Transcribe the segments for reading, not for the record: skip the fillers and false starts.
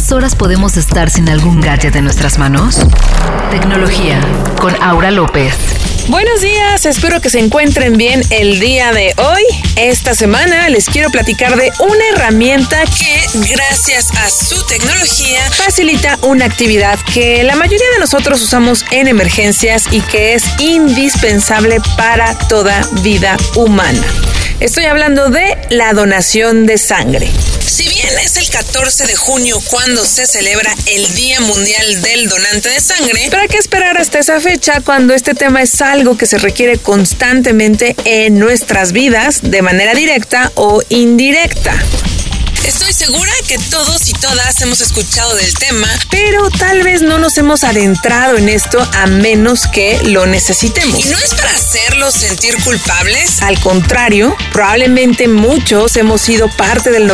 ¿Cuántas horas podemos estar sin algún gadget en nuestras manos? Tecnología con Aura López. Buenos días, espero que se encuentren bien el día de hoy. Esta semana les quiero platicar de una herramienta que, gracias a su tecnología, facilita una actividad que la mayoría de nosotros usamos en emergencias y que es indispensable para toda vida humana. Estoy hablando de la donación de sangre. Si bien es el 14 de junio cuando se celebra el Día Mundial del Donante de Sangre, ¿para qué esperar hasta esa fecha cuando este tema es algo que se requiere constantemente en nuestras vidas de manera directa o indirecta? Estoy segura que todos y todas hemos escuchado del tema, pero tal vez no nos hemos adentrado en esto a menos que lo necesitemos. Y no es para hacerlos sentir culpables. Al contrario, probablemente muchos hemos sido parte del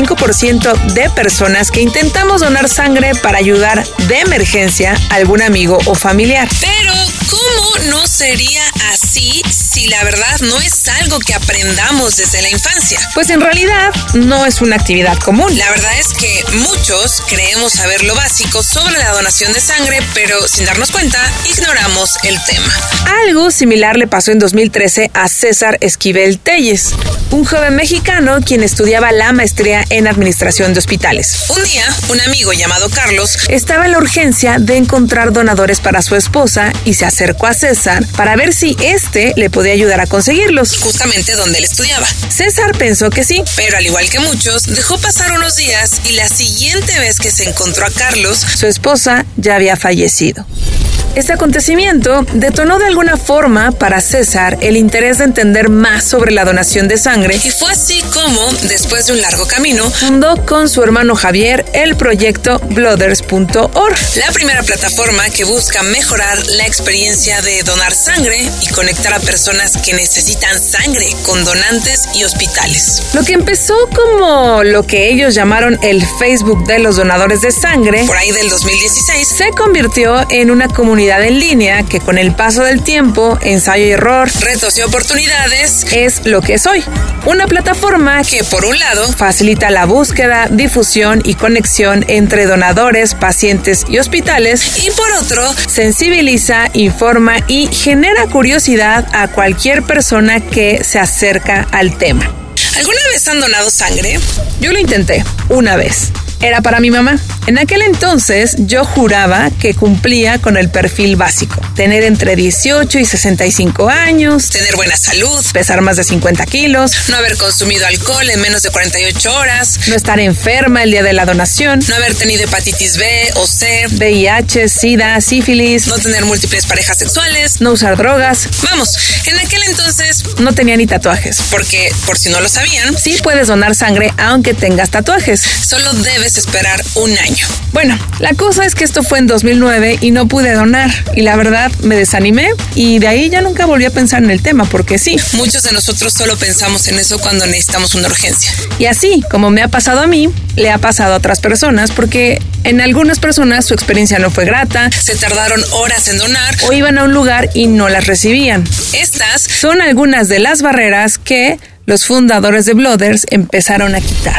95% de personas que intentamos donar sangre para ayudar de emergencia a algún amigo o familiar. Pero, ¿cómo no sería así si la verdad no es algo que aprendamos desde la infancia? Pues en realidad no es una actividad común. La verdad es que muchos creemos saber lo básico sobre la donación de sangre, pero sin darnos cuenta, ignoramos el tema. Algo similar le pasó en 2013 a César Esquivel Telles, un joven mexicano quien estudiaba la maestría en administración de hospitales. Un día, un amigo llamado Carlos estaba en la urgencia de encontrar donadores para su esposa y se acercó a César para ver si éste le podía ayudar a conseguirlos, justamente donde él estudiaba. César pensó que sí, pero al igual que muchos, dejó pasar unos días y la siguiente vez que se encontró a Carlos, su esposa ya había fallecido. Este acontecimiento detonó de alguna forma para César el interés de entender más sobre la donación de sangre y fue así como, después de un largo camino, fundó con su hermano Javier el proyecto Blooders.org, la primera plataforma que busca mejorar la experiencia de donar sangre y conectar a personas que necesitan sangre con donantes y hospitales. Lo que empezó como lo que ellos llamaron el Facebook de los donadores de sangre, por ahí del 2016, se convirtió en una comunidad en línea que con el paso del tiempo, ensayo y error, retos y oportunidades, es lo que es hoy. Una plataforma que, por un lado, facilita la búsqueda, difusión y conexión entre donadores, pacientes y hospitales, y por otro, sensibiliza, informa y genera curiosidad a cualquier persona que se acerca al tema. ¿Alguna vez han donado sangre? Yo lo intenté, una vez. Era para mi mamá. En aquel entonces yo juraba que cumplía con el perfil básico. Tener entre 18 y 65 años, tener buena salud, pesar más de 50 kilos, no haber consumido alcohol en menos de 48 horas, no estar enferma el día de la donación, no haber tenido hepatitis B o C, VIH, SIDA, sífilis, no tener múltiples parejas sexuales, no usar drogas. Vamos, en aquel entonces no tenía ni tatuajes, porque, por si no lo sabían, sí puedes donar sangre aunque tengas tatuajes. Solo debes esperar un año. Bueno, la cosa es que esto fue en 2009 y no pude donar. Y la verdad me desanimé y de ahí ya nunca volví a pensar en el tema porque sí, muchos de nosotros solo pensamos en eso cuando necesitamos una urgencia. Y así, como me ha pasado a mí, le ha pasado a otras personas porque en algunas personas su experiencia no fue grata, se tardaron horas en donar o iban a un lugar y no las recibían. Estas son algunas de las barreras que los fundadores de Blooders empezaron a quitar.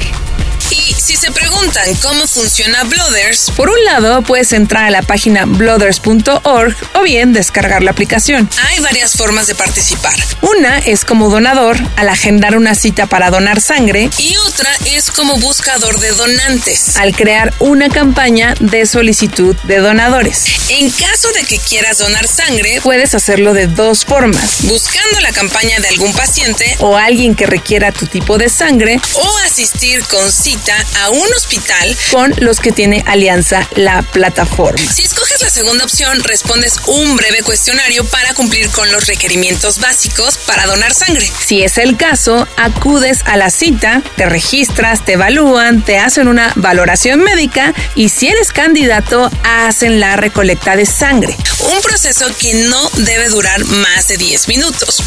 Y si se preguntan cómo funciona Blooders, por un lado puedes entrar a la página Blooders.org o bien descargar la aplicación. Hay varias formas de participar. Una es como donador al agendar una cita para donar sangre y otra es como buscador de donantes al crear una campaña de solicitud de donadores. En caso de que quieras donar sangre, puedes hacerlo de dos formas: buscando la campaña de algún paciente o alguien que requiera tu tipo de sangre o asistir con cita a un hospital con los que tiene alianza la plataforma. Si escoges la segunda opción, respondes un breve cuestionario para cumplir con los requerimientos básicos para donar sangre. Si es el caso, acudes a la cita, te registras, te evalúan, te hacen una valoración médica y si eres candidato, hacen la recolecta de sangre. Un proceso que no debe durar más de 10 minutos.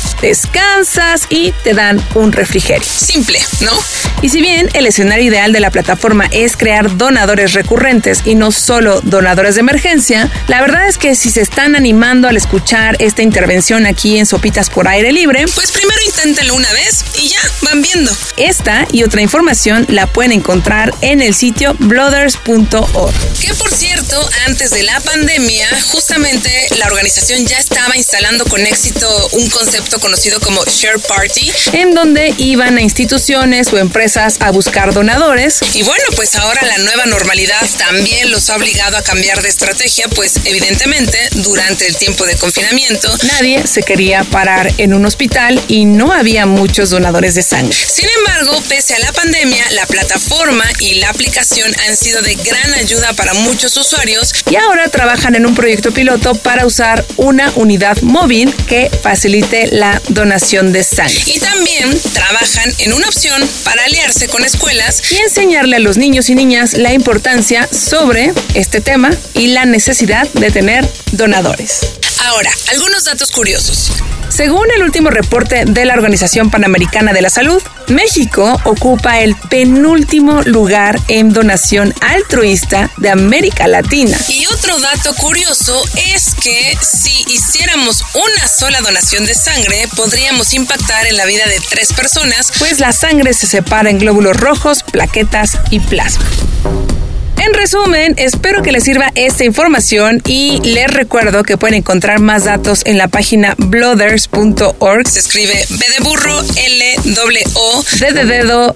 Descansas y te dan un refrigerio. Simple, ¿no? Y si bien el escenario ideal de la plataforma es crear donadores recurrentes y no solo donadores de emergencia, la verdad es que si se están animando al escuchar esta intervención aquí en Sopitas por Aire Libre, pues primero inténtenlo una vez y ya van viendo. Esta y otra información la pueden encontrar en el sitio blooders.org. Que por cierto, antes de la pandemia, justamente la organización ya estaba instalando con éxito un concepto conocido como Share Party, en donde iban a instituciones o empresas a buscar donadores. Y bueno, pues ahora la nueva normalidad también los ha obligado a cambiar de estrategia, pues evidentemente durante el tiempo de confinamiento nadie se quería parar en un hospital y no había muchos donadores de sangre. Sin embargo, pese a la pandemia, la plataforma y la aplicación han sido de gran ayuda para muchos usuarios y ahora trabajan en un proyecto piloto para usar una unidad móvil que facilite la donación de sangre. Y también trabajan en una opción para aliarse con escuelas y enseñarle a los niños y niñas la importancia sobre este tema y la necesidad de tener donadores. Ahora, algunos datos curiosos. Según el último reporte de la Organización Panamericana de la Salud, México ocupa el penúltimo lugar en donación altruista de América Latina. Y otro dato curioso es que si hiciéramos una sola donación de sangre, podríamos impactar en la vida de 3 personas, pues la sangre se separa en glóbulos rojos, plaquetas y plasma. En resumen, espero que les sirva esta información y les recuerdo que pueden encontrar más datos en la página blooders.org. Se escribe B de burro, L-O, D de dedo,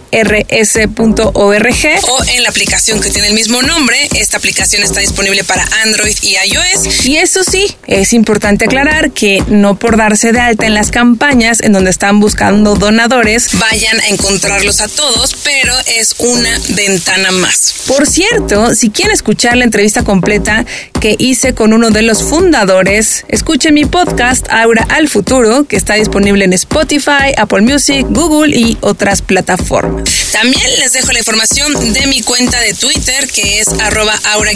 ERS.org. O en la aplicación que tiene el mismo nombre. Esta aplicación está disponible para Android y iOS. Y eso sí, es importante aclarar que no por darse de alta en las campañas en donde están buscando donadores, vayan a encontrarlos a todos, pero es una ventana más. Por cierto, si quieren escuchar la entrevista completa que hice con uno de los fundadores, escuchen mi podcast Aura al Futuro, que está disponible en Spotify, Apple Music, Google y otras plataformas. También les dejo la información de mi cuenta de Twitter, que es @aura_,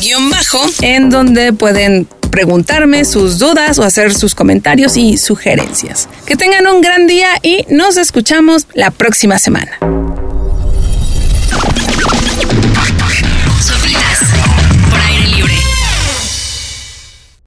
en donde pueden preguntarme sus dudas o hacer sus comentarios y sugerencias. Que tengan un gran día y nos escuchamos la próxima semana.